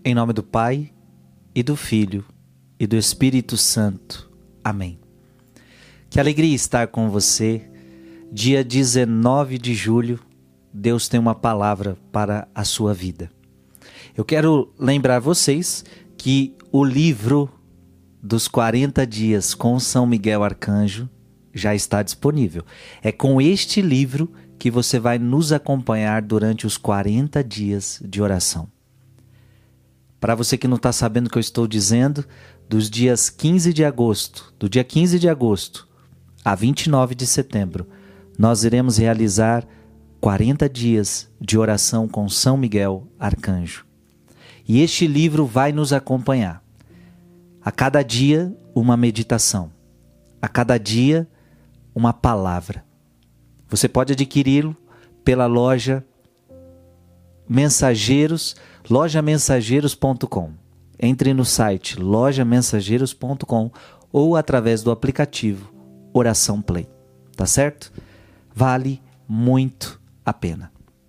Em nome do Pai, e do Filho, e do Espírito Santo. Amém. Que alegria estar com você. Dia 19 de julho, Deus tem uma palavra para a sua vida. Eu quero lembrar vocês que o livro dos 40 dias com São Miguel Arcanjo já está disponível. É com este livro que você vai nos acompanhar durante os 40 dias de oração. Para você que não está sabendo o que eu estou dizendo, dos dias 15 de agosto, do dia 15 de agosto a 29 de setembro, nós iremos realizar 40 dias de oração com São Miguel Arcanjo. E este livro vai nos acompanhar. A cada dia, uma meditação. A cada dia, uma palavra. Você pode adquiri-lo pela loja Mensageiros, lojamensageiros.com. Entre no site lojamensageiros.com ou através do aplicativo Oração Play. Tá certo? Vale muito a pena.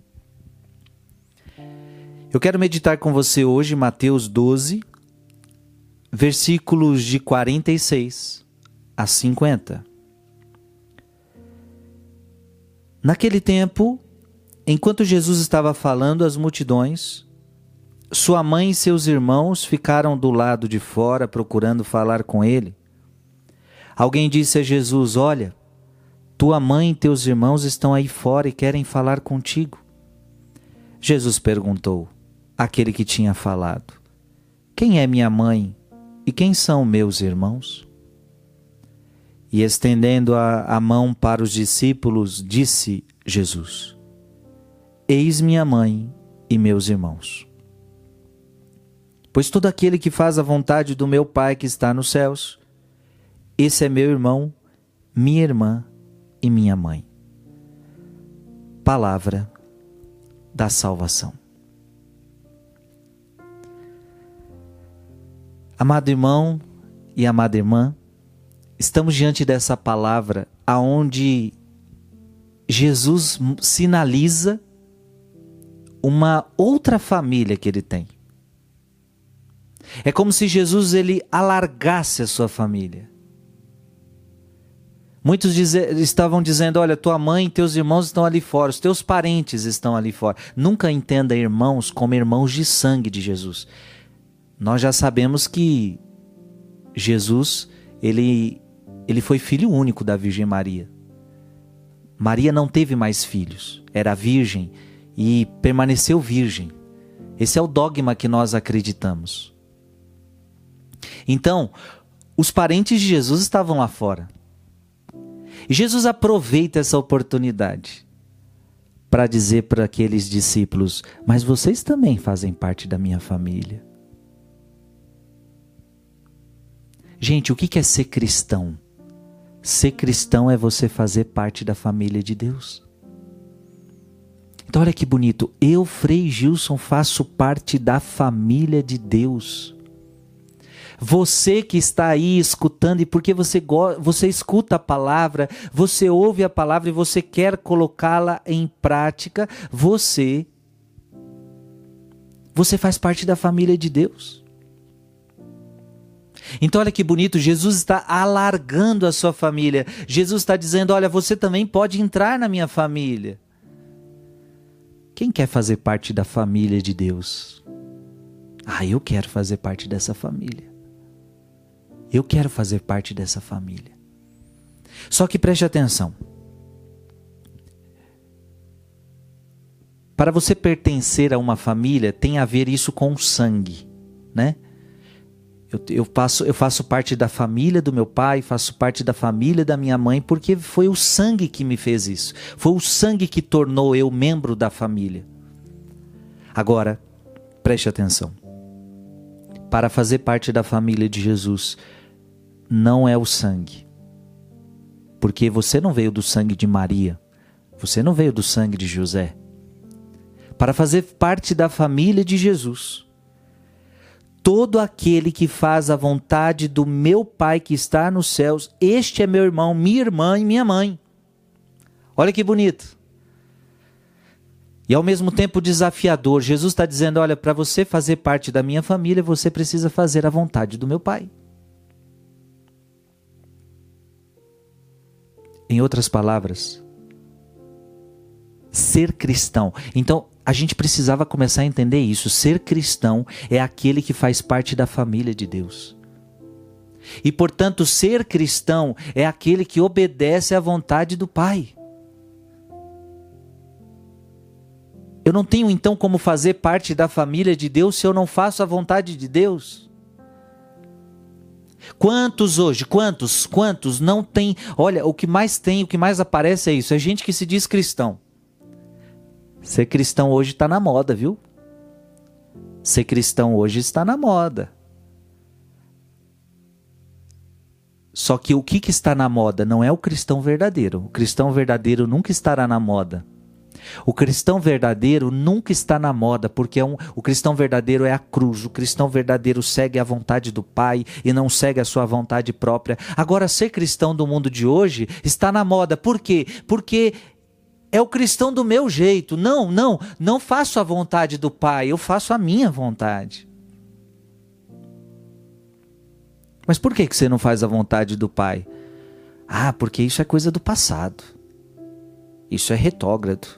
Eu quero meditar com você hoje Mateus 12, versículos de 46 a 50. Naquele tempo, enquanto Jesus estava falando às multidões, sua mãe e seus irmãos ficaram do lado de fora procurando falar com ele. Alguém disse a Jesus: olha, tua mãe e teus irmãos estão aí fora e querem falar contigo. Jesus perguntou àquele que tinha falado: quem é minha mãe e quem são meus irmãos? E estendendo a mão para os discípulos, disse Jesus: eis minha mãe e meus irmãos. Pois todo aquele que faz a vontade do meu Pai que está nos céus, esse é meu irmão, minha irmã e minha mãe. Palavra da salvação. Amado irmão e amada irmã, estamos diante dessa palavra aonde Jesus sinaliza uma outra família que ele tem. É como se Jesus ele alargasse a sua família. Muitos estavam dizendo: olha, tua mãe e teus irmãos estão ali fora, os teus parentes estão ali fora. Nunca entenda irmãos como irmãos de sangue de Jesus. Nós já sabemos que Jesus, ele foi filho único da Virgem Maria. Maria não teve mais filhos, era virgem e permaneceu virgem. Esse é o dogma que nós acreditamos. Então, os parentes de Jesus estavam lá fora. E Jesus aproveita essa oportunidade para dizer para aqueles discípulos: mas vocês também fazem parte da minha família. Gente, o que é ser cristão? Ser cristão é você fazer parte da família de Deus. Então olha que bonito, eu, Frei Gilson, faço parte da família de Deus. Você que está aí escutando, e porque você escuta a palavra, você ouve a palavra e você quer colocá-la em prática, você faz parte da família de Deus. Então olha que bonito, Jesus está alargando a sua família. Jesus está dizendo: olha, você também pode entrar na minha família. Quem quer fazer parte da família de Deus? Eu quero fazer parte dessa família. Eu quero fazer parte dessa família. Só que preste atenção. Para você pertencer a uma família, tem a ver isso com sangue, né? Eu faço parte da família do meu pai, faço parte da família da minha mãe, porque foi o sangue que me fez isso. Foi o sangue que tornou eu membro da família. Agora, preste atenção. Para fazer parte da família de Jesus, não é o sangue. Porque você não veio do sangue de Maria. Você não veio do sangue de José. Para fazer parte da família de Jesus, todo aquele que faz a vontade do meu Pai que está nos céus, este é meu irmão, minha irmã e minha mãe. Olha que bonito. E ao mesmo tempo desafiador. Jesus está dizendo, olha, para você fazer parte da minha família, você precisa fazer a vontade do meu Pai. Em outras palavras, ser cristão. Então, a gente precisava começar a entender isso. Ser cristão é aquele que faz parte da família de Deus. E, portanto, ser cristão é aquele que obedece à vontade do Pai. Eu não tenho, então, como fazer parte da família de Deus se eu não faço a vontade de Deus? Quantos hoje, quantos não tem? Olha, o que mais tem, o que mais aparece é isso. É gente que se diz cristão. Ser cristão hoje está na moda, viu? Ser cristão hoje está na moda. Só que o que está na moda não é o cristão verdadeiro. O cristão verdadeiro nunca estará na moda. O cristão verdadeiro nunca está na moda, porque o cristão verdadeiro é a cruz. O cristão verdadeiro segue a vontade do Pai e não segue a sua vontade própria. Agora, ser cristão do mundo de hoje está na moda. Por quê? Porque é o cristão do meu jeito. Não faço a vontade do Pai, eu faço a minha vontade. Mas por que você não faz a vontade do Pai? Ah, porque isso é coisa do passado. Isso é retrógrado.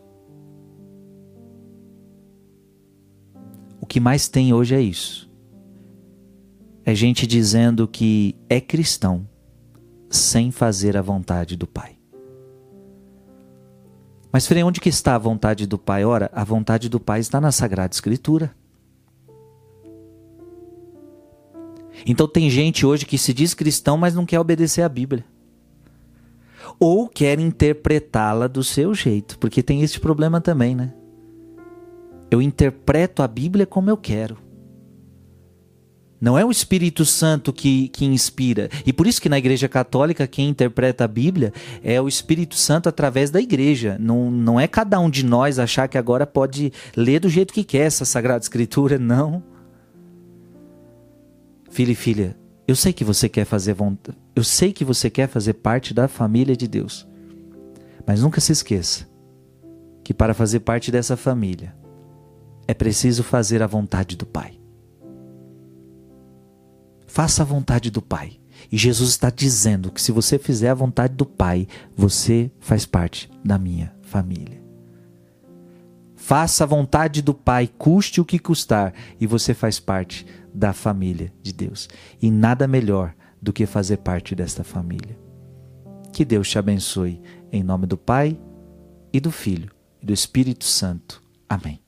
O que mais tem hoje é isso. É gente dizendo que é cristão sem fazer a vontade do Pai. Mas, Frei, onde que está a vontade do Pai? Ora, a vontade do Pai está na Sagrada Escritura. Então tem gente hoje que se diz cristão, mas não quer obedecer a Bíblia. Ou quer interpretá-la do seu jeito, porque tem esse problema também, né? Eu interpreto a Bíblia como eu quero. Não é o Espírito Santo que inspira. E por isso que na Igreja Católica quem interpreta a Bíblia é o Espírito Santo através da Igreja. Não é cada um de nós achar que agora pode ler do jeito que quer essa Sagrada Escritura, não. Filho e filha, eu sei que você quer fazer vontade. Eu sei que você quer fazer parte da família de Deus. Mas nunca se esqueça que para fazer parte dessa família é preciso fazer a vontade do Pai. Faça a vontade do Pai. E Jesus está dizendo que se você fizer a vontade do Pai, você faz parte da minha família. Faça a vontade do Pai, custe o que custar, e você faz parte da família de Deus. E nada melhor do que fazer parte desta família. Que Deus te abençoe, em nome do Pai, e do Filho, e do Espírito Santo. Amém.